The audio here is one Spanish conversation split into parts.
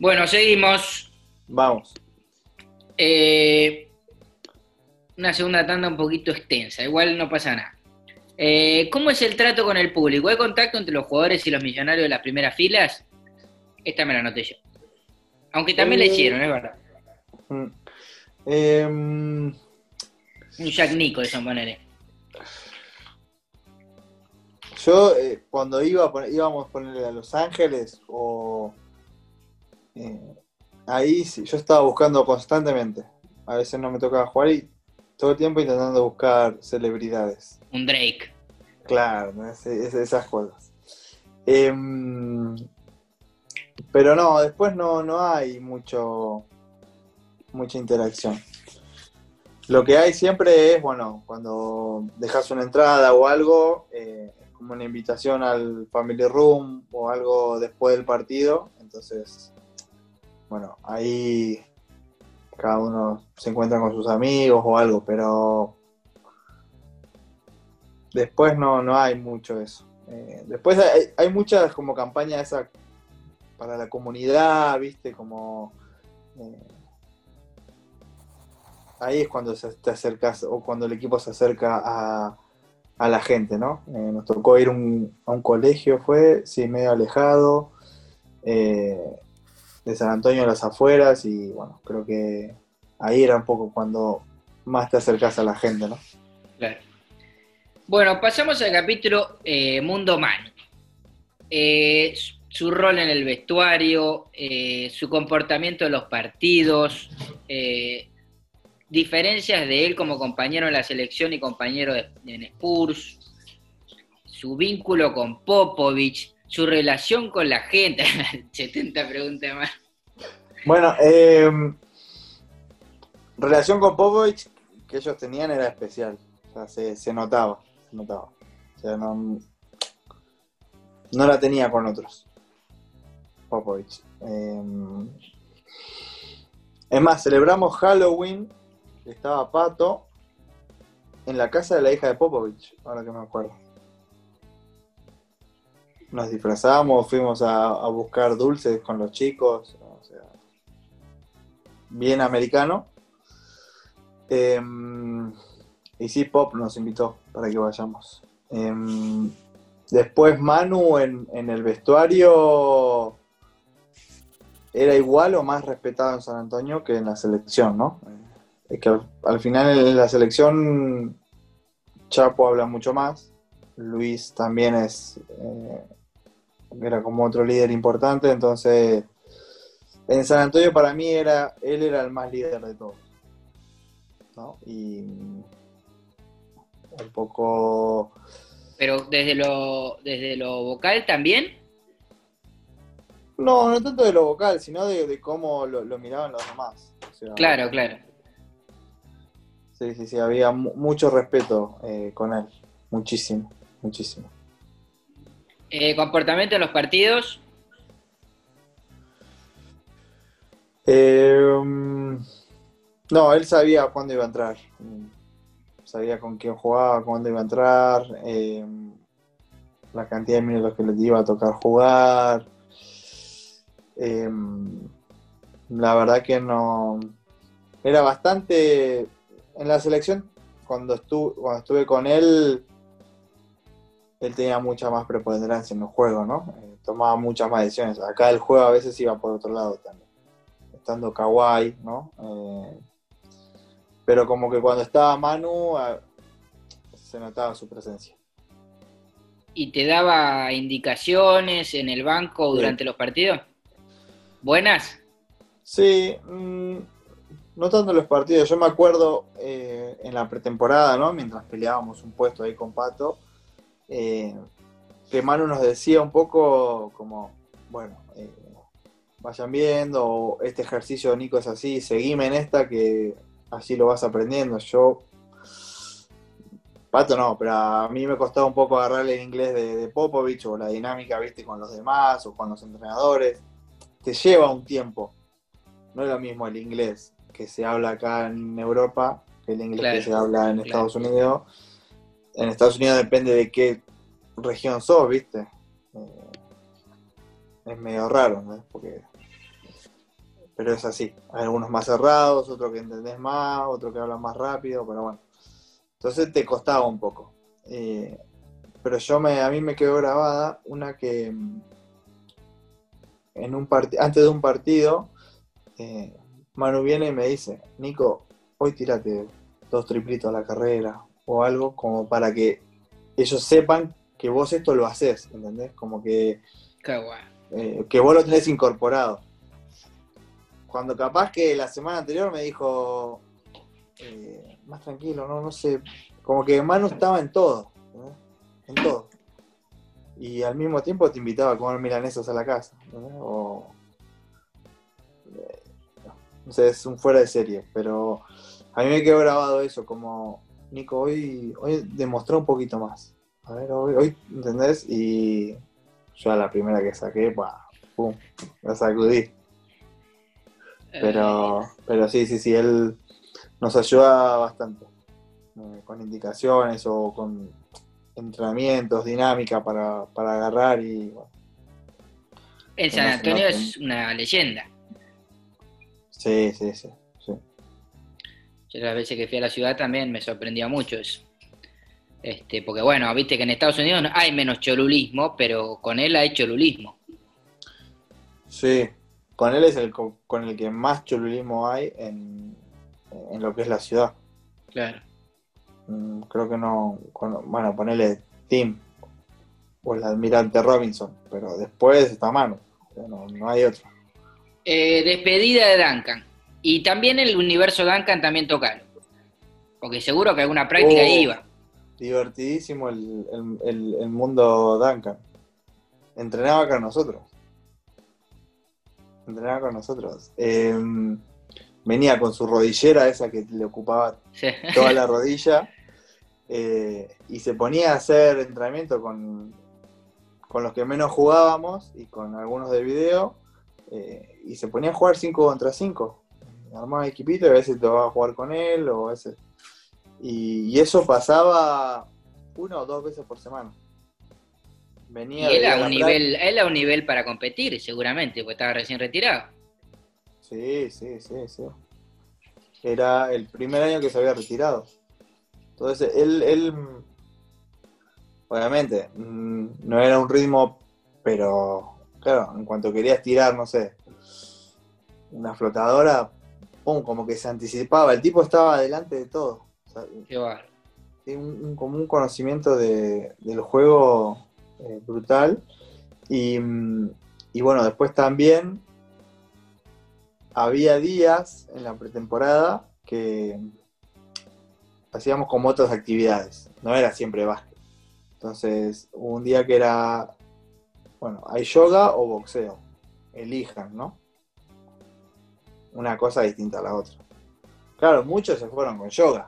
Bueno, seguimos. Vamos. Eh, una segunda tanda un poquito extensa, igual no pasa nada. ¿Cómo es el trato con el público? ¿Hay contacto entre los jugadores y los millonarios de las primeras filas? Esta me la anoté yo. Aunque también la Eh, hicieron, es verdad. mm, em, Un Jack Nicholson, ponele. yo cuando íbamos a ponerle a Los Ángeles eh, ahí sí, yo estaba buscando constantemente. A veces no me tocaba jugar y todo el tiempo intentando buscar celebridades. Un Drake. Claro, ¿no? Esas cosas. Em, pero no, después no hay mucha interacción. Lo que hay siempre es, bueno, cuando dejas una entrada o algo, como una invitación al Family Room o algo después del partido. Entonces, bueno, ahí cada uno se encuentra con sus amigos o algo, pero después no hay mucho eso. Después hay muchas como campañas esa para la comunidad, ¿viste? Como eh, ahí es cuando te acercas o cuando el equipo se acerca a la gente, ¿no? Nos tocó ir a un colegio, sí, medio alejado, eh, de San Antonio a las afueras, y bueno, creo que ahí era un poco cuando más te acercas a la gente, ¿no? Claro. Bueno, pasamos al capítulo Mundo Manu. Su rol en el vestuario, su comportamiento en los partidos, diferencias de él como compañero en la selección y compañero en Spurs, su vínculo con Popovich, su relación con la gente. 70 preguntas más. Bueno, relación con Popovich que ellos tenían era especial, o sea, se notaba, se notaba. O sea, no la tenía con otros, Popovich. Es más, celebramos Halloween, estaba Pato, en la casa de la hija de Popovich, ahora que me acuerdo. Nos disfrazamos, fuimos a buscar dulces con los chicos, o sea, bien americano. Y sí, Pop nos invitó para que vayamos. Después Manu en el vestuario era igual o más respetado en San Antonio que en la selección, ¿no? Es que al final en la selección Chapo habla mucho más, Luis también era como otro líder importante, entonces en San Antonio para mí él era el más líder de todos, ¿no? Y un poco... Pero desde lo vocal también. No tanto de lo vocal, sino de cómo lo miraban los demás. O sea, Claro, claro. sí, había mucho respeto con él, muchísimo, muchísimo. Comportamiento en los partidos. No, él sabía cuándo iba a entrar, sabía con quién jugaba, cuándo iba a entrar, la cantidad de minutos que le iba a tocar jugar. Eh, la verdad que no, era bastante, en la selección cuando estuve con él tenía mucha más preponderancia en el juego, ¿no? Tomaba muchas más decisiones. Acá el juego a veces iba por otro lado también, estando Kawhi, ¿no? Pero como que cuando estaba Manu se notaba su presencia. ¿Y te daba indicaciones en el banco Sí, durante los partidos? ¿Buenas? sí, no tanto en los partidos. Yo me acuerdo en la pretemporada, ¿no? Mientras peleábamos un puesto ahí con Pato, eh, que Manu nos decía un poco como, bueno, vayan viendo, o este ejercicio Nico es así, seguime en esta que así lo vas aprendiendo. Pato no, pero a mí me costaba un poco agarrarle el inglés de Popovich o la dinámica, viste, con los demás o con los entrenadores. Te lleva un tiempo. No es lo mismo el inglés que se habla acá en Europa que el inglés que Claro, se habla en claro. Estados Unidos. En Estados Unidos depende de qué región sos, viste. Es medio raro, ¿no? Porque pero es así. Hay algunos más cerrados, otros que entendés más, otros que hablan más rápido, pero bueno. Entonces te costaba un poco. Pero a mí me quedó grabada una que antes de un partido, Manu viene y me dice, Nico, hoy tírate 2 triplitos a la carrera o algo como para que ellos sepan que vos esto lo hacés, ¿entendés? Como que, Qué bueno. que vos lo tenés incorporado. Cuando capaz que la semana anterior me dijo, más tranquilo, no sé, como que Manu estaba en todo, ¿no? En todo. Y al mismo tiempo te invitaba a comer milanesas a la casa, ¿no? No sé, es un fuera de serie, pero a mí me quedó grabado eso, como Nico, hoy demostró un poquito más. A ver, hoy ¿entendés? Y yo a la primera que saqué, pum, la sacudí. Pero sí, él nos ayuda bastante, con indicaciones o con entrenamientos, dinámica para agarrar y bueno. En Que San no se Antonio noten. es una leyenda. Sí. Yo las veces que fui a la ciudad también me sorprendía mucho eso. Porque bueno, viste que en Estados Unidos hay menos cholulismo, pero con él hay cholulismo. Sí, con él es con el que más cholulismo hay en lo que es la ciudad. Claro. Creo que no, bueno, ponele Tim o el almirante Robinson, pero después está Manu, no hay otro. Despedida de Duncan. Y también el universo Duncan también tocaron. Porque seguro que alguna práctica iba. Divertidísimo el mundo Duncan. Entrenaba con nosotros. Venía con su rodillera, esa que le ocupaba Sí. toda la rodilla, y se ponía a hacer entrenamiento con los que menos jugábamos y con algunos de video, y se ponía a jugar 5 contra 5. Armaba equipito y a veces te vas a jugar con él, o a veces. Y eso pasaba 1 o 2 veces por semana. Venía, Y él veía a la práctica. él a un nivel para competir, seguramente, porque estaba recién retirado. Sí. Era el primer año que se había retirado. Entonces, él obviamente, no era un ritmo, pero claro, en cuanto querías tirar, no sé, una flotadora, pum, como que se anticipaba. El tipo estaba adelante de todo. O sea, Qué bárbaro. tiene como un conocimiento del juego brutal. Y bueno, después también había días en la pretemporada que hacíamos como otras actividades, no era siempre básquet. Entonces, hubo un día que era, bueno, hay yoga o boxeo, elijan, ¿no? Una cosa distinta a la otra. Claro, muchos se fueron con yoga,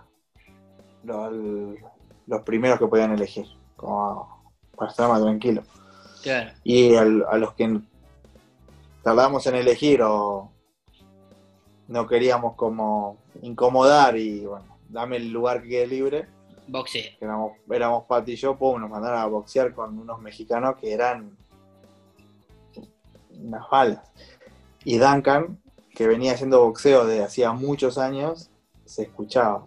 los primeros que podían elegir, como para estar más tranquilo. Claro. Y a los que tardamos en elegir o no queríamos como incomodar y bueno, dame el lugar que quede libre, Boxeo. éramos Pati y yo, nos mandaron a boxear con unos mexicanos que eran unas balas. Y Duncan, que venía haciendo boxeo desde hacía muchos años, se escuchaba,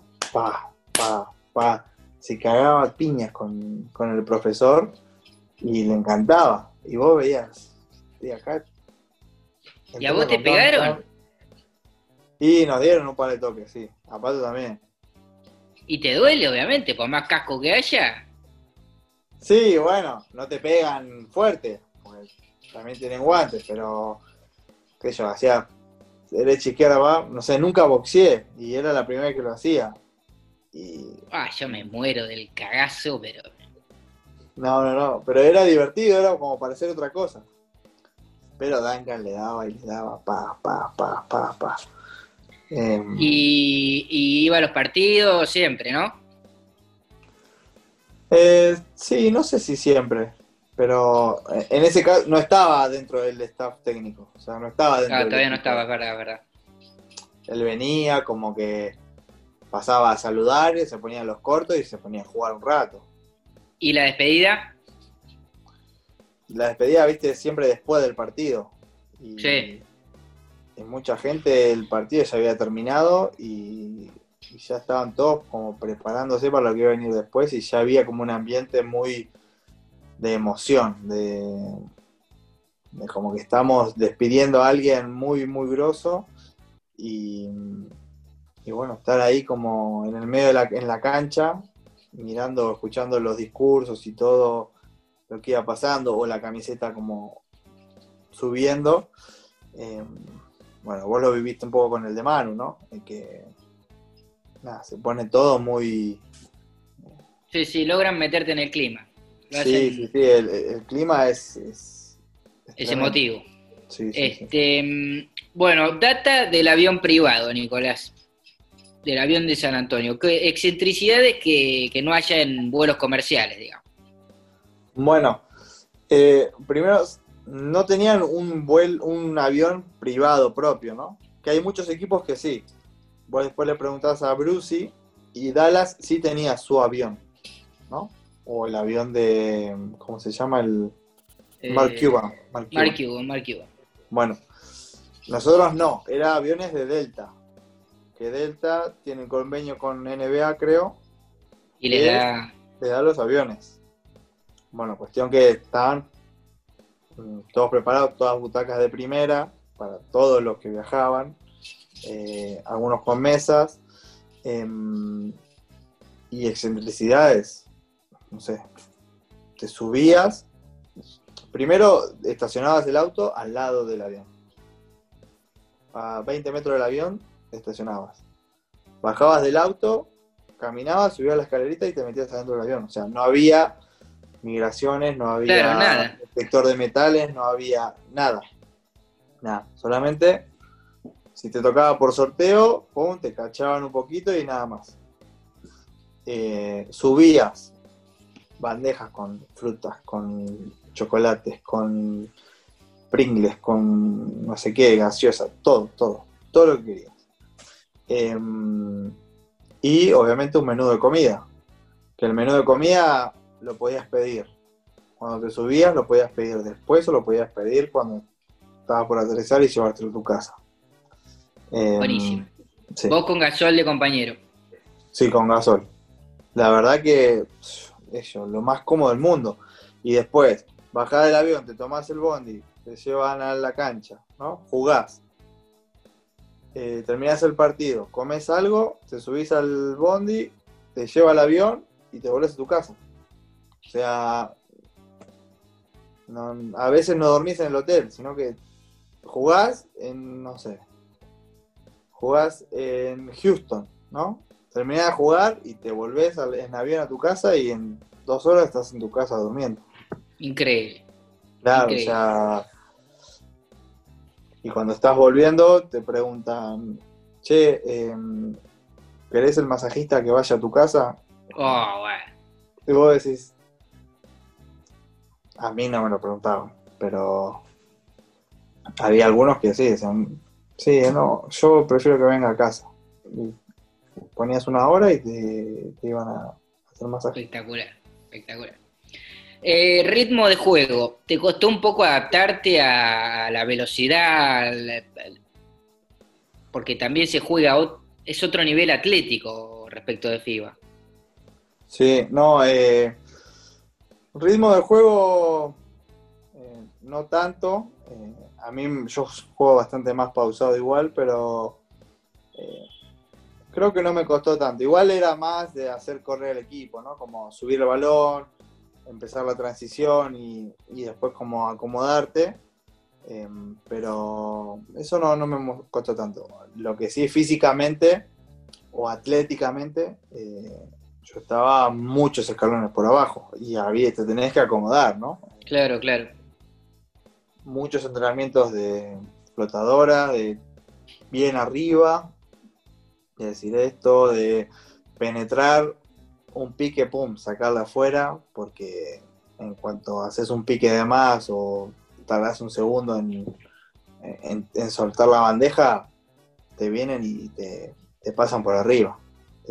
se cagaba a piñas con el profesor y le encantaba. Y vos veías, de acá. ¿Y a vos te pegaron? Y nos dieron un par de toques, sí. A Pato también. Y te duele, obviamente, por más casco que haya. Sí, bueno, no te pegan fuerte, porque también tienen guantes, pero qué sé yo, hacía derecha izquierda, no sé, nunca boxeé y era la primera vez que lo hacía. Yo me muero del cagazo, pero... No, pero era divertido, era como para hacer otra cosa. Pero Duncan le daba y le daba, pa. Y iba a los partidos siempre, ¿no? Sí, no sé si siempre, pero en ese caso no estaba dentro del staff técnico, o sea, no estaba dentro del Todavía no equipo. estaba, verdad. Él venía como que pasaba a saludar, se ponía los cortos y se ponía a jugar un rato. ¿Y la despedida? La despedida, viste, siempre después del partido. Sí. mucha gente, el partido ya había terminado y ya estaban todos como preparándose para lo que iba a venir después, y ya había como un ambiente muy de emoción, de como que estamos despidiendo a alguien muy, muy grosso, y bueno, estar ahí como en el medio en la cancha, mirando, escuchando los discursos y todo lo que iba pasando, o la camiseta como subiendo. Bueno, vos lo viviste un poco con el de Manu, ¿no? Que nada, se pone todo muy... Sí, logran meterte en el clima. Lo Sí, hacen, sí, sí, el clima es tremendo. emotivo. Sí, sí, sí. Bueno, data del avión privado, Nicolás. Del avión de San Antonio. ¿Qué excentricidades que no haya en vuelos comerciales, digamos? Bueno, primero, no tenían un avión privado propio, ¿no? Que hay muchos equipos que sí. Vos después le preguntás a Brucey, y Dallas sí tenía su avión, ¿no? O el avión de, ¿cómo se llama? El Mark Cuban. Mark Cuban. Bueno, nosotros no, era aviones de Delta, que Delta tiene convenio con NBA, creo, Y les que da... le da los aviones. Bueno, cuestión que estaban todos preparados, todas butacas de primera, para todos los que viajaban, algunos con mesas, y excentricidades, no sé, te subías, primero estacionabas el auto al lado del avión, a 20 metros del avión estacionabas, bajabas del auto, caminabas, subías la escalerita y te metías adentro del avión. O sea, no había migraciones, no había Claro, nada. detector de metales, no había nada. Nada, solamente si te tocaba por sorteo, pum, te cachaban un poquito y nada más. Subías bandejas con frutas, con chocolates, con Pringles, con no sé qué, gaseosa, todo lo que querías. Y obviamente un menú de comida, que el menú de comida lo podías pedir cuando te subías, lo podías pedir después, o lo podías pedir cuando estabas por aterrizar y llevártelo a tu casa. Buenísimo. Sí. Vos con gasol de compañero. Sí, con gasol. La verdad que eso, lo más cómodo del mundo. Y después, bajás del avión, te tomás el bondi, te llevan a la cancha, ¿no? Jugás. Terminás el partido, comes algo, te subís al bondi, te lleva al avión y te volvés a tu casa. O sea, a veces no dormís en el hotel, sino que jugás en, no sé, jugás en Houston, ¿no? Terminás de jugar y te volvés en avión a tu casa, y en 2 horas estás en tu casa durmiendo. Increíble. Claro, Increíble. o sea, y cuando estás volviendo te preguntan, che, ¿querés el masajista que vaya a tu casa? Oh, bueno. Y vos decís, a mí no me lo preguntaban, pero había algunos que sí, decían, sí, no, yo prefiero que venga a casa. Y ponías una hora y te iban a hacer masaje. Espectacular. Ritmo de juego. ¿Te costó un poco adaptarte a la velocidad? Porque también se juega, es otro nivel atlético respecto de FIBA. Sí, no, ritmo de juego no tanto. A mí yo juego bastante más pausado igual, pero creo que no me costó tanto. Igual era más de hacer correr el equipo, ¿no? Como subir el balón, empezar la transición y después como acomodarte. Pero eso no me costó tanto. Lo que sí, físicamente o atléticamente, yo estaba muchos escalones por abajo y te tenés que acomodar, ¿no? Claro. Muchos entrenamientos de flotadora, de bien arriba, de decir esto, de penetrar un pique, pum, sacarla afuera, porque en cuanto haces un pique de más o tardás un segundo en soltar la bandeja, te vienen y te pasan por arriba.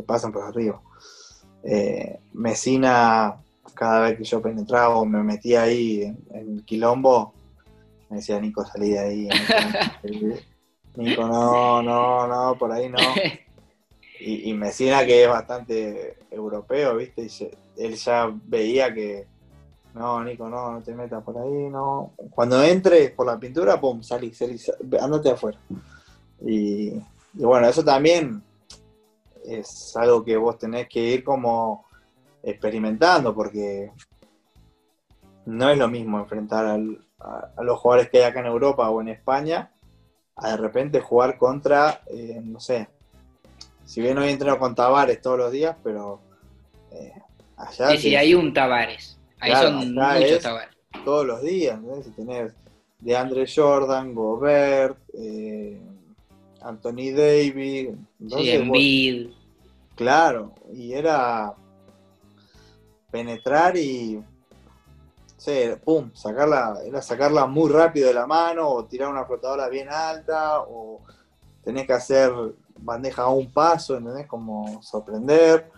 Messina, cada vez que yo penetraba o me metía ahí en el quilombo, me decía, Nico, salí de ahí. Nico, no, no, no, por ahí no. Y Messina, que es bastante europeo, ¿viste? Él ya veía que, no, Nico, no, no te metas por ahí, no. Cuando entres por la pintura, pum, salí, andate afuera. Y bueno, eso también es algo que vos tenés que ir como experimentando, porque no es lo mismo enfrentar a los jugadores que hay acá en Europa o en España, a de repente jugar contra, no sé, si bien hoy entreno con Tavares todos los días, pero allá Sí, sí, hay un Tavares. Ahí claro, son acá muchos es Tavares. todos los días, ¿no? Si tenés de Andre Jordan, Gobert, Anthony Davis, Sí, entonces, bueno, Embiid. claro, y era penetrar y, sí, pum, era sacarla muy rápido de la mano, o tirar una flotadora bien alta, o tenés que hacer bandeja a un paso, ¿entendés? Como sorprender,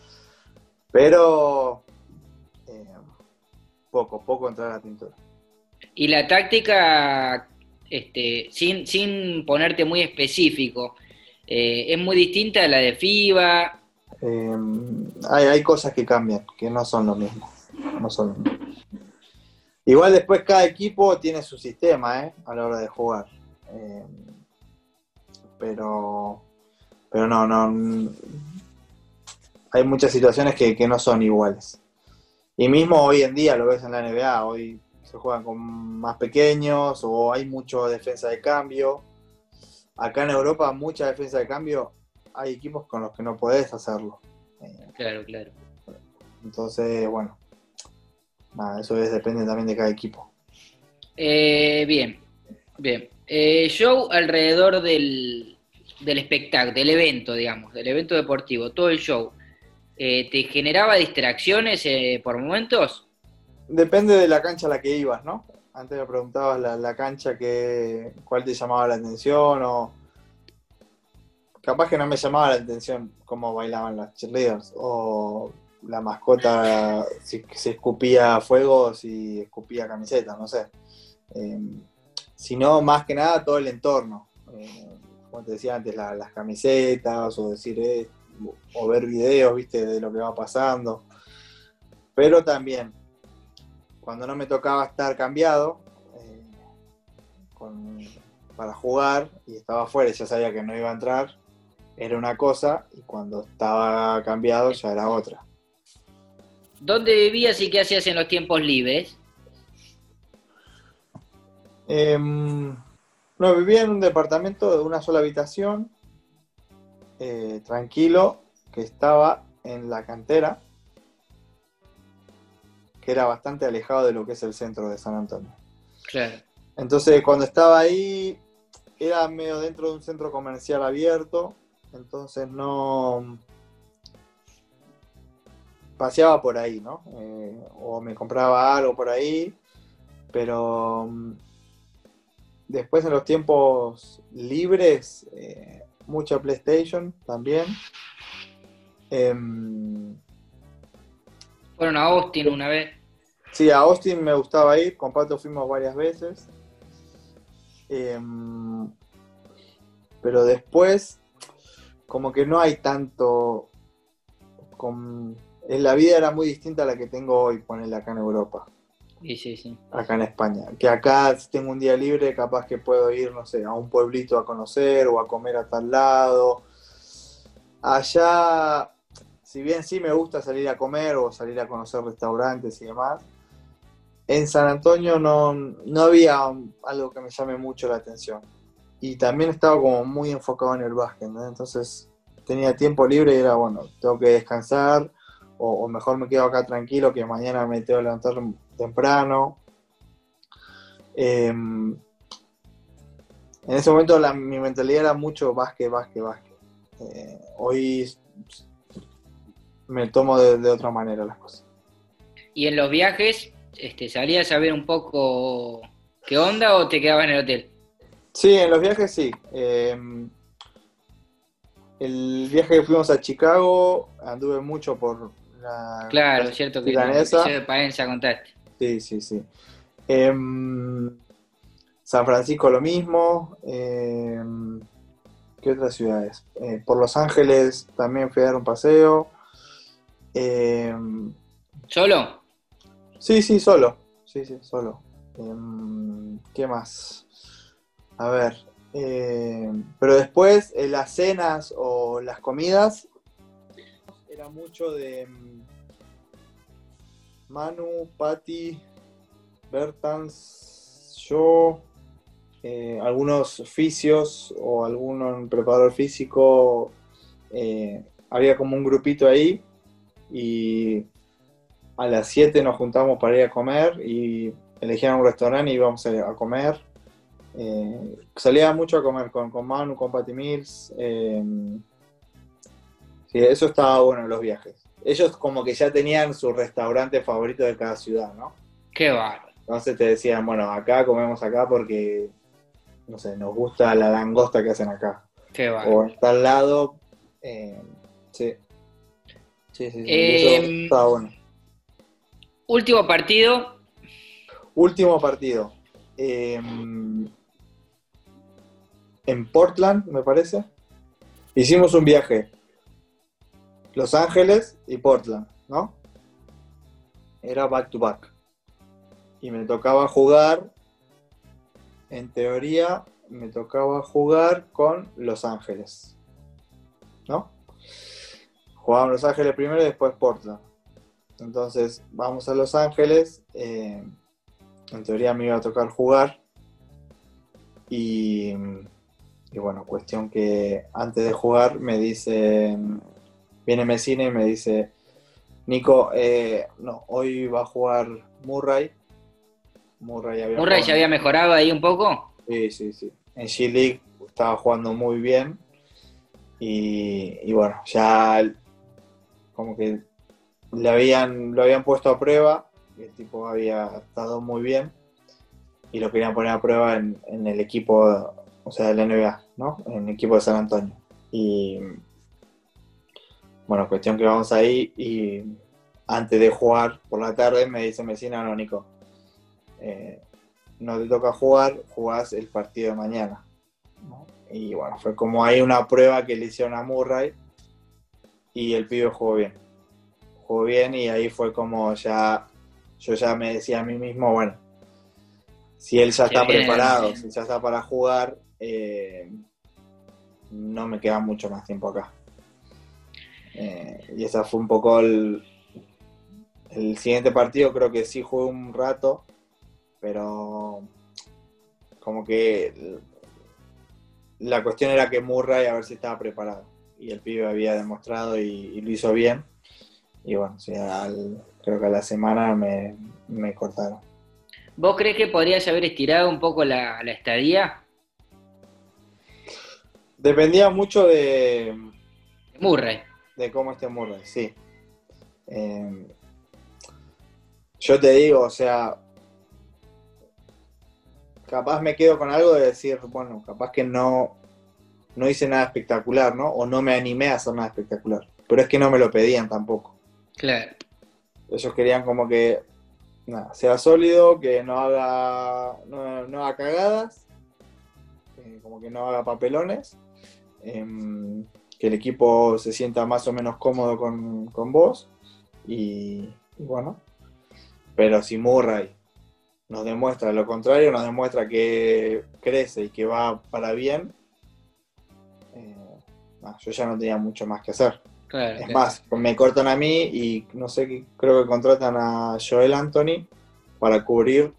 pero poco entrar a la pintura. Y la táctica, sin ponerte muy específico, es muy distinta a la de FIBA. Eh, hay cosas que cambian, que no son lo mismo. No son lo mismo. Igual después cada equipo tiene su sistema, a la hora de jugar. Eh, pero no. Hay muchas situaciones que no son iguales. Y mismo hoy en día lo ves en la NBA, hoy se juegan con más pequeños o hay mucha defensa de cambio. Acá en Europa, mucha defensa de cambio, hay equipos con los que no podés hacerlo. Claro, claro. Entonces, bueno, nada, eso depende también de cada equipo. Bien, bien. Show alrededor del espectáculo, del evento, digamos, del evento deportivo, todo el show. ¿Te generaba distracciones por momentos? Depende de la cancha a la que ibas, ¿no? Antes me preguntabas la cancha cuál te llamaba la atención o capaz que no me llamaba la atención cómo bailaban las cheerleaders o la mascota si escupía fuego, si escupía camiseta, no sé. Sino más que nada todo el entorno. Como te decía antes, las camisetas o decir o ver videos, viste, de lo que va pasando. Pero también, cuando no me tocaba estar cambiado para jugar y estaba afuera y ya sabía que no iba a entrar, era una cosa y cuando estaba cambiado ya era otra. ¿Dónde vivías y qué hacías en los tiempos libres? No, vivía en un departamento de una sola habitación, tranquilo, que estaba en la cantera, que era bastante alejado de lo que es el centro de San Antonio. Claro. Entonces, cuando estaba ahí, era medio dentro de un centro comercial abierto, entonces no paseaba por ahí, ¿no? O me compraba algo por ahí, pero después en los tiempos libres, mucha PlayStation también. Fueron a Austin una vez. Sí, a Austin me gustaba ir, con Pato fuimos varias veces. Pero después, como que no hay tanto. La vida era muy distinta a la que tengo hoy, ponerla acá en Europa. Sí. Acá en España. Que acá, si tengo un día libre, capaz que puedo ir, no sé, a un pueblito a conocer o a comer a tal lado. Allá, si bien sí me gusta salir a comer o salir a conocer restaurantes y demás, en San Antonio no había algo que me llame mucho la atención. Y también estaba como muy enfocado en el básquet, ¿no? Entonces tenía tiempo libre y era, bueno, tengo que descansar o mejor me quedo acá tranquilo que mañana me tengo que levantar temprano. En ese momento mi mentalidad era mucho básquet. Hoy me tomo de otra manera las cosas. ¿Y en los viajes salías a ver un poco qué onda o te quedabas en el hotel? Sí, en los viajes sí. El viaje que fuimos a Chicago, anduve mucho por la Claro, calle es cierto que en el milanesa. episodio de Paenza contaste. Sí. San Francisco lo mismo. ¿Qué otras ciudades? Por Los Ángeles también fui a dar un paseo. Eh, ¿Solo? sí, solo. Sí, solo. ¿Qué más? A ver. Pero después, las cenas o las comidas, era mucho de Manu, Patti, Bertans, yo, algunos fisios o algún preparador físico. Había como un grupito ahí y a las 7 nos juntamos para ir a comer y elegían un restaurante y íbamos a comer. Salía mucho a comer con Manu, con Patty Mills. Sí, eso estaba bueno en los viajes. Ellos como que ya tenían su restaurante favorito de cada ciudad, ¿no? Qué bárbaro. Entonces te decían, bueno, acá comemos acá porque, no sé, nos gusta la langosta que hacen acá. Qué bárbaro. O en tal lado. Sí. Sí. Y eso estaba bueno. Último partido. Último partido. En Portland, me parece. Hicimos un viaje. Los Ángeles y Portland, ¿no? Era back to back. Y me tocaba jugar, en teoría, me tocaba jugar con Los Ángeles, ¿no? Jugábamos Los Ángeles primero y después Portland. Entonces, vamos a Los Ángeles. En teoría me iba a tocar jugar. Y bueno, cuestión que antes de jugar me dicen, viene Messina y me dice, Nico, no, hoy va a jugar Murray. Murray ya había mejorado ahí un poco. Sí. En G-League estaba jugando muy bien. Y bueno, ya como que lo habían puesto a prueba. El tipo había estado muy bien. Y lo querían poner a prueba en el equipo, o sea, del NBA, ¿no? En el equipo de San Antonio. Y bueno, cuestión que vamos ahí y antes de jugar por la tarde me dice Messina, no, Nico, no te toca jugar, jugás el partido de mañana, ¿no? Y bueno, fue como ahí una prueba que le hicieron a Murray y el pibe jugó bien y ahí fue como yo ya me decía a mí mismo, bueno, si él ya está preparado, si ya está para jugar, no me queda mucho más tiempo acá. Y ese fue un poco el siguiente partido. Creo que sí jugué un rato, pero como que la cuestión era que Murray a ver si estaba preparado. Y el pibe había demostrado y lo hizo bien. Y bueno, sí, creo que a la semana me cortaron. ¿Vos crees que podrías haber estirado un poco la estadía? Dependía mucho de Murray. De cómo esté Murray, sí. Yo te digo, o sea, capaz me quedo con algo de decir, bueno, capaz que no hice nada espectacular, ¿no? O no me animé a hacer nada espectacular. Pero es que no me lo pedían tampoco. Claro. Ellos querían como que nada, sea sólido, que no haga cagadas, como que no haga papelones, que el equipo se sienta más o menos cómodo con vos y bueno, pero si Murray nos demuestra lo contrario, nos demuestra que crece y que va para bien, yo ya no tenía mucho más que hacer. Claro, más, me cortan a mí y no sé, creo que contratan a Joel Anthony para cubrir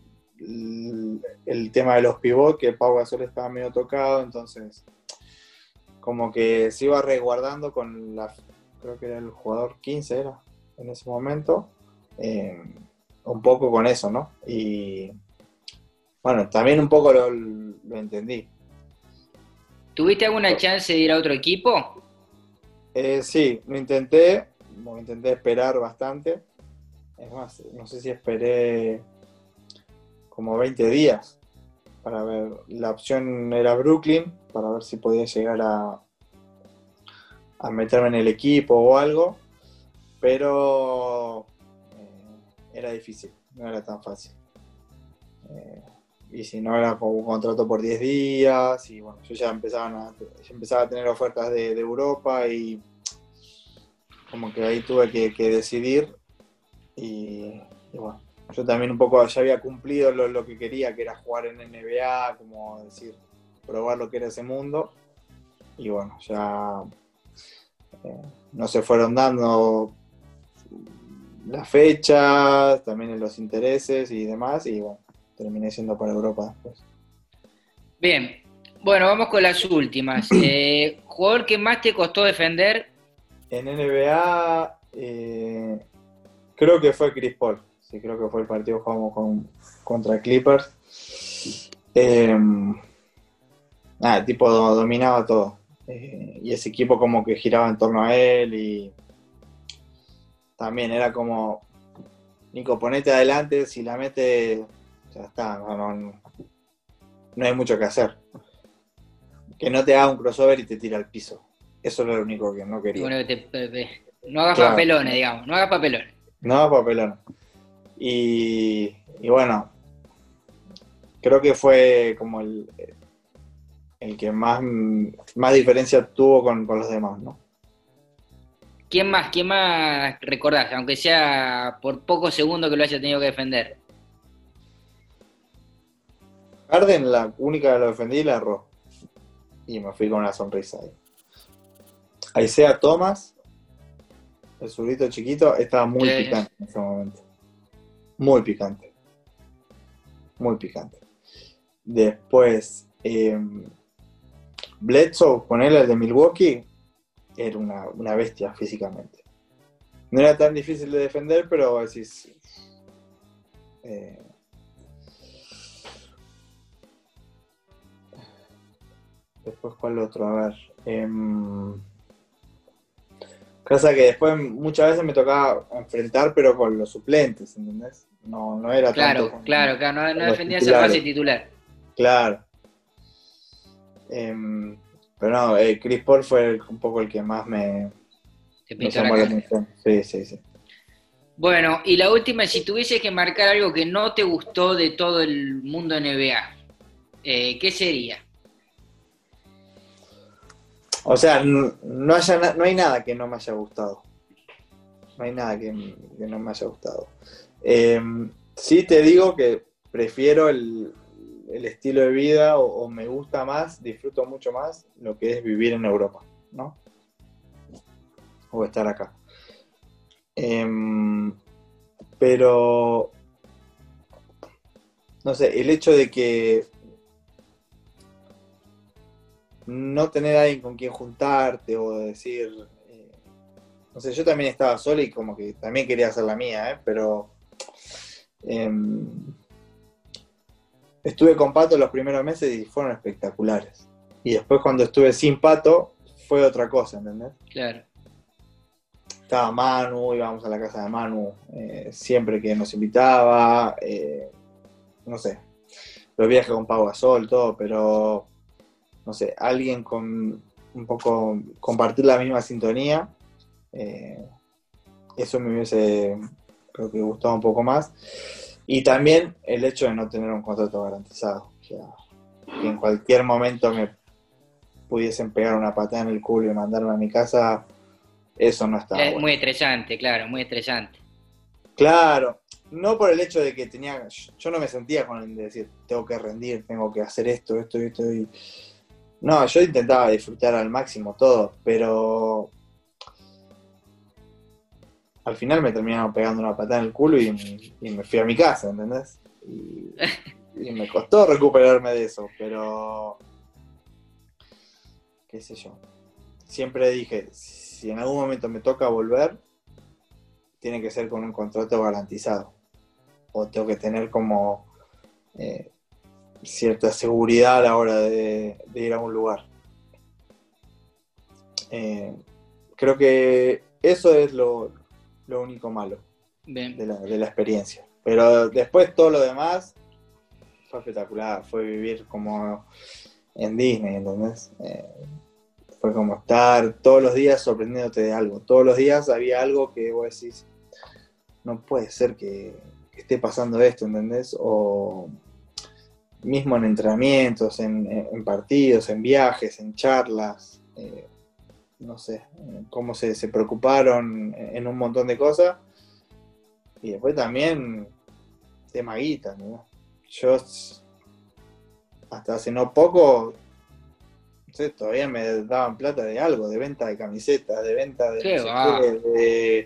el tema de los pivots, que Pau Gasol estaba medio tocado, entonces como que se iba resguardando con creo que era el jugador 15 era en ese momento, un poco con eso, ¿no? Y bueno, también un poco lo entendí. ¿Tuviste alguna chance de ir a otro equipo? Sí, lo intenté esperar bastante. Es más, no sé si esperé como 20 días para ver. La opción era Brooklyn, para ver si podía llegar a meterme en el equipo o algo, pero era difícil, no era tan fácil. y si no era como un contrato por 10 días, y bueno, yo ya empezaba a tener ofertas de Europa y como que ahí tuve que decidir y bueno, yo también un poco ya había cumplido lo que quería, que era jugar en NBA, como decir, probar lo que era ese mundo, y bueno, ya no se fueron dando las fechas, también en los intereses y demás, y bueno, terminé siendo para Europa después. Bien, bueno, vamos con las últimas. ¿Jugador que más te costó defender? En NBA, creo que fue Chris Paul. Sí, creo que fue el partido que jugamos contra Clippers. El tipo dominaba todo. Y ese equipo como que giraba en torno a él y también era como, Nico, ponete adelante, si la mete, ya está, no hay mucho que hacer. Que no te haga un crossover y te tira al piso. Eso era lo único que no quería. Bueno, no hagas Claro, papelones, digamos, no hagas papelones. no, papelón. Y bueno, creo que fue como el que más diferencia tuvo con los demás, ¿no? Quién más recordás, aunque sea por pocos segundos que lo haya tenido que defender? Harden, la única que lo defendí, la erró. Y me fui con una sonrisa ahí. Isaiah Thomas, el zurdito chiquito, estaba muy picante en ese momento. Muy picante. Muy picante. Después, Bledsoe, ponele el de Milwaukee, era una bestia físicamente. No era tan difícil de defender, pero decís... después, ¿cuál otro? A ver. Cosa que después muchas veces me tocaba enfrentar, pero con los suplentes, ¿entendés? No era tanto Claro, no los defendía esa fase titulares. titular. Claro. Pero no, Chris Paul fue un poco el que más me Te pintó la llamó la cara. atención. Sí. Bueno, y la última, si tuvieses que marcar algo que no te gustó de todo el mundo NBA, ¿qué sería? O sea, no hay nada que no me haya gustado. No hay nada que no me haya gustado. Sí te digo que prefiero el estilo de vida o me gusta más, disfruto mucho más lo que es vivir en Europa, ¿no? O estar acá. Pero, no sé, el hecho de que no tener a alguien con quien juntarte o decir, no sé, yo también estaba solo y como que también quería hacer la mía, pero estuve con Pato los primeros meses y fueron espectaculares. Y después cuando estuve sin Pato fue otra cosa, ¿entendés? Claro. Estaba Manu, íbamos a la casa de Manu siempre que nos invitaba, no sé, los viajes con Pau Gasol, todo, pero no sé, alguien con un poco, compartir la misma sintonía, eso me hubiese, creo que gustado un poco más. Y también el hecho de no tener un contrato garantizado, o sea, que en cualquier momento me pudiesen pegar una patada en el culo y mandarme a mi casa, eso no estaba bueno. Muy estresante, claro, muy estresante. Claro, no por el hecho de que yo no me sentía con el de decir, tengo que rendir, tengo que hacer esto. Y... No, yo intentaba disfrutar al máximo todo, pero al final me terminaron pegando una patada en el culo y me fui a mi casa, ¿entendés? Y me costó recuperarme de eso, pero qué sé yo. Siempre dije, si en algún momento me toca volver, tiene que ser con un contrato garantizado. O tengo que tener como cierta seguridad a la hora de ir a un lugar. Creo que eso es lo único malo de la experiencia. Pero después todo lo demás fue espectacular. Fue vivir como en Disney, ¿entendés? Fue como estar todos los días sorprendiéndote de algo. Todos los días había algo que vos decís, no puede ser que esté pasando esto, ¿entendés? O mismo en entrenamientos, en partidos, en viajes, en charlas, no sé, cómo se preocuparon en un montón de cosas. Y después también tema guita, ¿no? Yo hasta hace no poco, no sé, todavía me daban plata de algo, de venta de camisetas, de venta de no Qué sé va. qué,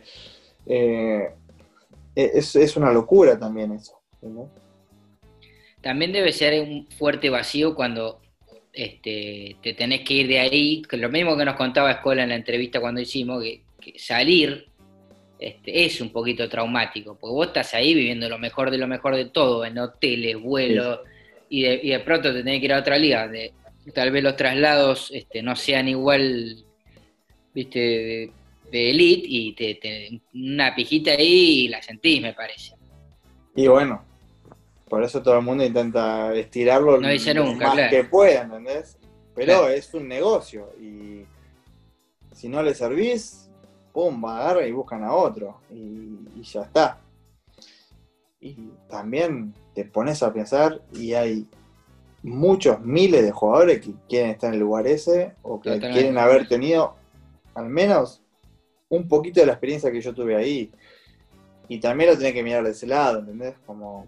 es una locura también eso, ¿no? También debe ser un fuerte vacío cuando te tenés que ir de ahí, que lo mismo que nos contaba Escola en la entrevista cuando hicimos, que salir es un poquito traumático, porque vos estás ahí viviendo lo mejor de todo, en hoteles, Sí. vuelos, y de pronto te tenés que ir a otra liga, donde tal vez los traslados no sean igual, viste, de elite, y una pijita ahí y la sentís, me parece. Y bueno, por eso todo el mundo intenta estirarlo No dice lo nunca, más claro, que pueda, ¿entendés? Pero claro. es un negocio y si no le servís, pum, agarran y buscan a otro y ya está. Y también te pones a pensar y hay muchos miles de jugadores que quieren estar en el lugar ese o que quieren Totalmente. haber tenido al menos un poquito de la experiencia que yo tuve ahí. Y también lo tenés que mirar de ese lado, ¿entendés? Como,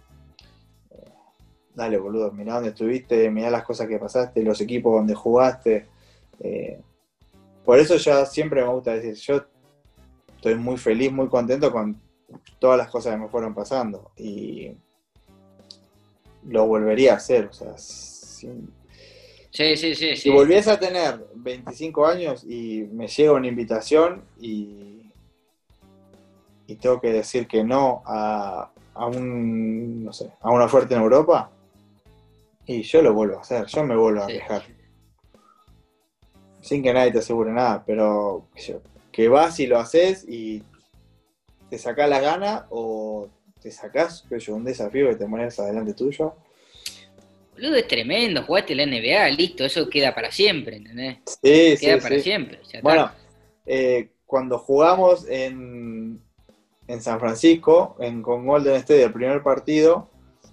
dale, boludo, mirá dónde estuviste, mirá las cosas que pasaste, los equipos donde jugaste. Eh, por eso ya siempre me gusta decir, yo estoy muy feliz, muy contento con todas las cosas que me fueron pasando. Y lo volvería a hacer, o sea, Sí, sí, sí, si sí. volviese a tener 25 años y me llega una invitación y tengo que decir que no no sé, a una oferta en Europa, y yo lo vuelvo a hacer, yo me vuelvo a Sí. arriesgar. Sin que nadie te asegure nada, pero que vas y lo haces y te sacás las ganas o te sacás un desafío que te pones adelante tuyo. Boludo, es tremendo, jugaste la NBA, listo, eso queda para siempre, ¿entendés? Sí, Queda sí, para sí. siempre, ya está. Bueno, cuando jugamos en San Francisco, con Golden State, el primer partido,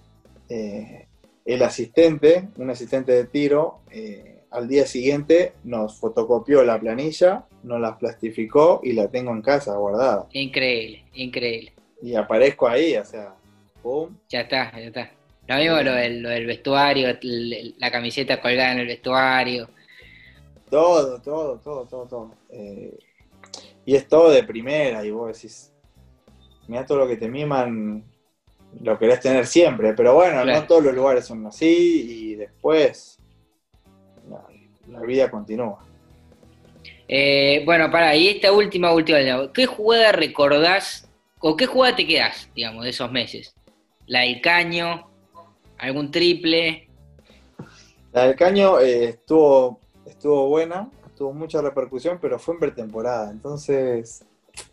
el asistente, un asistente de tiro, al día siguiente nos fotocopió la planilla, nos la plastificó y la tengo en casa guardada. Increíble, increíble. Y aparezco ahí, o sea, pum. Ya está, ya está. Lo mismo lo del vestuario, la camiseta colgada en el vestuario. Todo, todo, todo, todo, todo. Y es todo de primera, y vos decís, mirá todo lo que te miman, lo querés tener siempre, pero bueno, no Claro. todos los lugares son así, y después la vida continúa. Bueno, y esta última. ¿Qué jugada recordás o qué jugada te quedás, digamos, de esos meses? ¿La del caño? ¿Algún triple? La del Caño estuvo buena, tuvo mucha repercusión, pero fue en pretemporada, entonces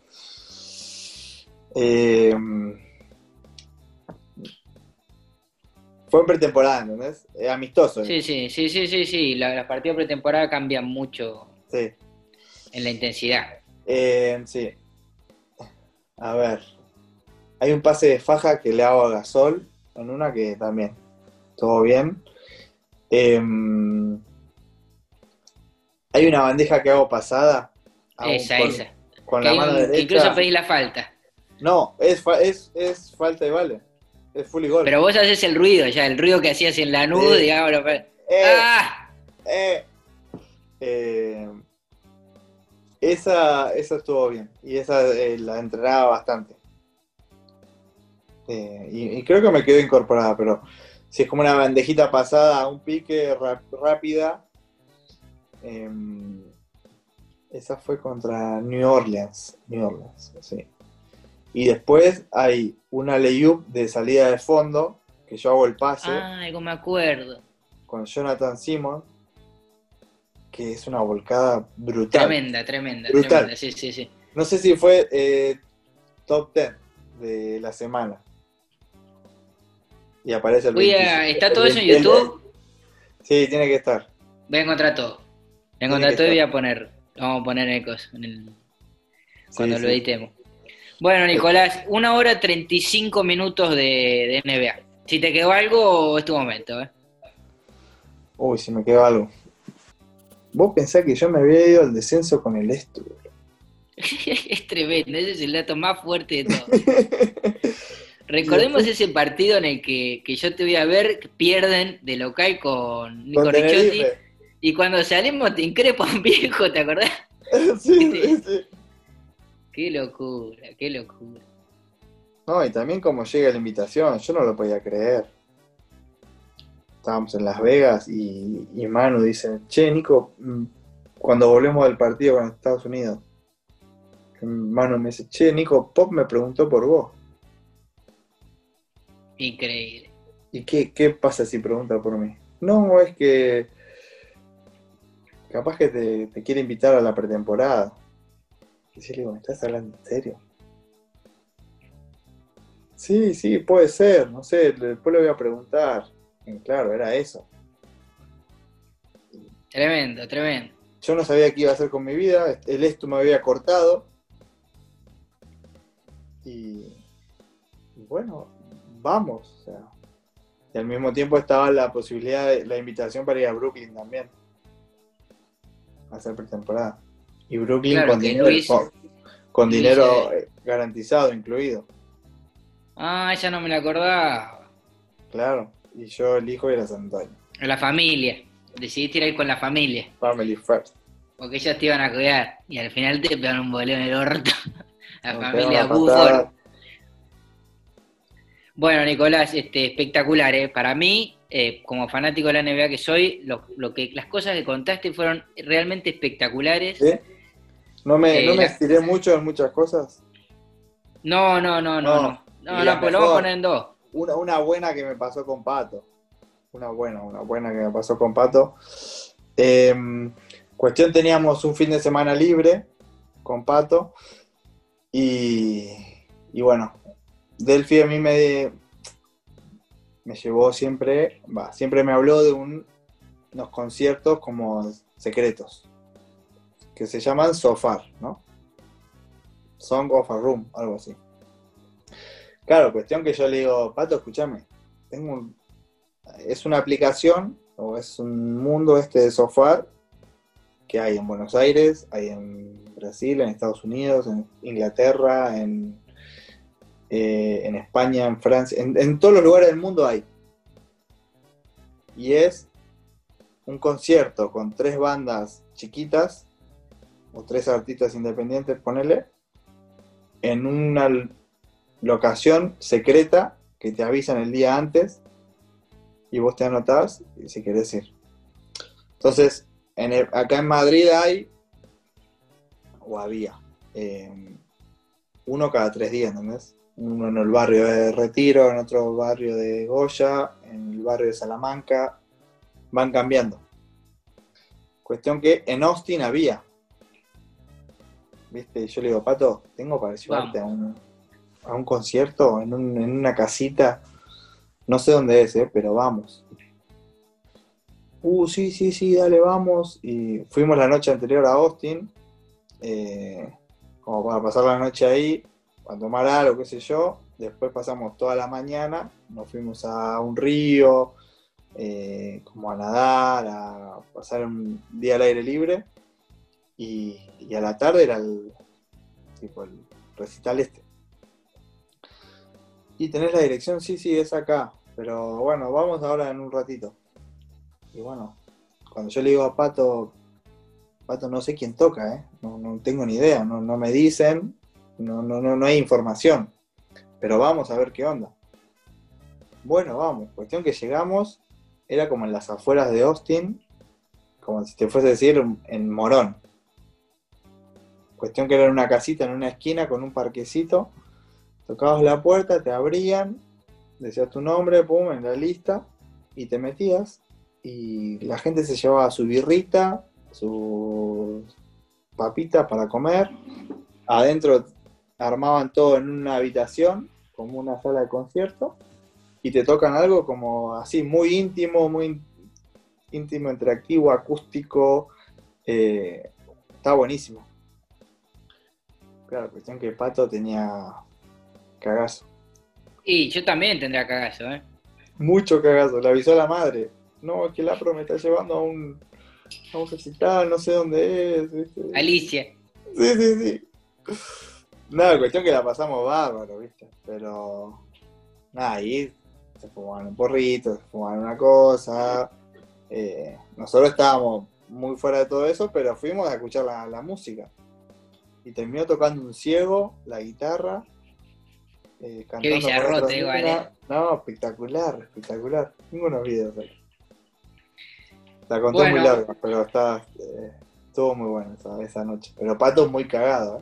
eh, fue en pretemporada, ¿entendés? Amistoso era. Sí, sí, sí, sí, sí, sí. Los partidos pretemporada cambian mucho Sí. en la intensidad. Sí. A ver. Hay un pase de faja que le hago a Gasol en una que también. Todo bien. Eh, Hay una bandeja que hago pasada Esa. con Que la mano que incluso derecha. pedís la falta. No, es falta y vale. Es full y gol. Pero vos haces el ruido, ya, el ruido que hacías en Lanús, Sí. digamos. Eh, ¡Ah! eh. Eh, esa estuvo bien. Y esa la entrenaba bastante. Y creo que me quedó incorporada, pero si es como una bandejita pasada a un pique rápida. Eh, Esa fue contra New Orleans. New Orleans, sí. Y después hay una layup de salida de fondo, que yo hago el pase Ay, no me acuerdo. con Jonathan Simon, que es una volcada brutal. Tremenda, tremenda, Brutal. tremenda. Sí, sí, sí. No sé si fue top 10 de la semana. Y aparece el 27. ¿Está todo eso en YouTube? Sí, tiene que estar. Voy a encontrar todo. Voy a Tiene que encontrar todo y estar. vamos a poner ecos Sí, cuando lo sí. editemos. Bueno, Nicolás, 1 hora 35 minutos de NBA. Si te quedó algo, es tu momento, ¿eh? Uy, si me quedó algo. Vos pensás que yo me había ido al descenso con el Estu. Es tremendo, ese es el dato más fuerte de todo. Y Recordemos después ese partido en el que yo te voy a ver, que pierden de local con con Nico Ricciotti, Tenerife. y cuando salimos te increpa un viejo, ¿te acordás? Sí, sí, ¿Viste? sí. Qué locura, qué locura. No, y también como llega la invitación, yo no lo podía creer. Estábamos en Las Vegas y Manu dice, che, Nico, cuando volvemos del partido con Estados Unidos, Manu me dice, che, Nico, Pop me preguntó por vos. Increíble. ¿Y qué pasa si pregunta por mí? No, es que capaz que te quiere invitar a la pretemporada. Y yo le digo, ¿me estás hablando en serio? Sí, sí, puede ser, no sé, después le voy a preguntar. Y claro, era eso. Tremendo, tremendo. Yo no sabía qué iba a hacer con mi vida, el esto me había cortado. Y, y bueno, vamos. O sea. Y al mismo tiempo estaba la posibilidad de la invitación para ir a Brooklyn también, a hacer pretemporada. Y Brooklyn Claro con que dinero, con Luis, dinero garantizado incluido. ya no me la acordaba. Claro. Y yo elijo ir a San Antonio. La familia. Decidiste ir ahí con la familia. Family first. Porque ellos te iban a cuidar. Y al final te pegan un boleo en el orto. La Me pegan familia una Buford. patada. Bueno, Nicolás, espectacular, ¿eh? Para mí, como fanático de la NBA que soy, las cosas que contaste fueron realmente espectaculares. ¿Sí? No me La- estiré mucho en muchas cosas. No, no, no, no, No. no. Y No, la no, pues lo vamos a poner mejor, en dos. una buena que me pasó con Pato. Una buena que me pasó con Pato. Cuestión, teníamos un fin de semana libre con Pato. Y, y bueno, Delphi a mí me llevó siempre me habló de unos conciertos como secretos, que se llaman SOFAR, ¿no? Song of a Room, algo así. Claro, cuestión que yo le digo, Pato, escúchame, es una aplicación o es un mundo de SOFAR que hay en Buenos Aires, hay en Brasil, en Estados Unidos, en Inglaterra, en España, en Francia, en todos los lugares del mundo hay. Y es un concierto con 3 bandas chiquitas, o 3 artistas independientes, ponele, en una locación secreta que te avisan el día antes y vos te anotás si querés ir. Entonces, acá en Madrid hay, o había, uno cada 3 días, ¿entendés? Uno en el barrio de Retiro, en otro barrio de Goya, en el barrio de Salamanca, van cambiando. Cuestión que en Austin había, ¿viste? Y yo le digo, Pato, tengo para llevarte a un concierto en una casita, no sé dónde es, pero vamos. Sí, sí, sí, dale, vamos. Y fuimos la noche anterior a Austin, como para pasar la noche ahí, para tomar algo, qué sé yo. Después pasamos toda la mañana, nos fuimos a un río, como a nadar, a pasar un día al aire libre. Y a la tarde era el recital este. ¿Y tenés la dirección? Sí, sí, es acá. Pero bueno, vamos ahora en un ratito. Y bueno, cuando yo le digo a Pato, no sé quién toca, no tengo ni idea, no me dicen, no hay información. Pero vamos a ver qué onda. Bueno, vamos. Cuestión que llegamos, era como en las afueras de Austin, como si te fuese a decir en Morón. Cuestión que era en una casita en una esquina con un parquecito. Tocabas la puerta, te abrían, decías tu nombre, pum, en la lista, y te metías, y la gente se llevaba su birrita, sus papitas para comer, adentro armaban todo en una habitación, como una sala de concierto, y te tocan algo como así, muy íntimo, interactivo, acústico, está buenísimo. Claro, cuestión que Pato tenía cagazo. Y yo también tendría cagazo, ¿eh? Mucho cagazo. Le avisó a la madre. No, es que el APRO me está llevando a un recital, no sé dónde es. ¿Viste? Alicia. Sí, sí, sí. Nada, cuestión que la pasamos bárbaro, ¿viste? Pero. Nada, ahí se fumaban un porrito, se fumaban una cosa. Nosotros estábamos muy fuera de todo eso, pero fuimos a escuchar la música. Y terminó tocando un ciego, la guitarra, Qué cantando con otra bizarrote igual, mina. No, espectacular, espectacular. Tengo unos videos ahí. La conté muy Bueno, larga, pero estuvo muy buena esa noche. Pero Pato muy cagado, ¿eh?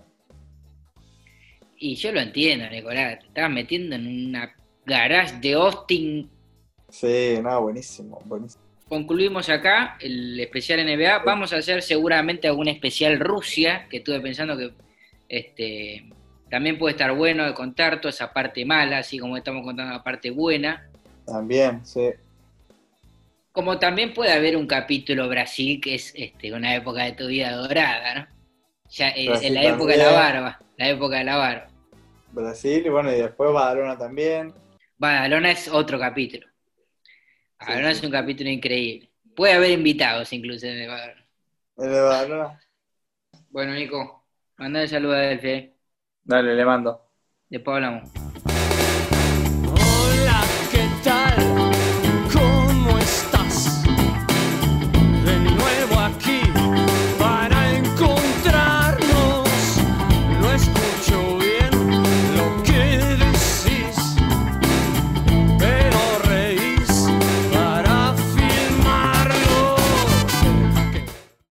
y yo lo entiendo, Nicolás. Te estabas metiendo en una garage de Austin. Sí, no, buenísimo, buenísimo. Concluimos acá el especial NBA. Vamos a hacer seguramente algún especial Rusia, que estuve pensando que también puede estar bueno de contar toda esa parte mala, así como estamos contando la parte buena. También, sí. Como también puede haber un capítulo Brasil, que es una época de tu vida dorada, ¿no? Ya en Brasil la época de la también. barba, la época de la barba. Brasil, y bueno, y después Badalona también. Badalona es otro capítulo. Sí, Badalona es sí. un capítulo increíble. Puede haber invitados incluso en el Badalona. El de Badalona. Bueno, Nico, mandale saludos a Delphi. Dale, le mando. Después hablamos.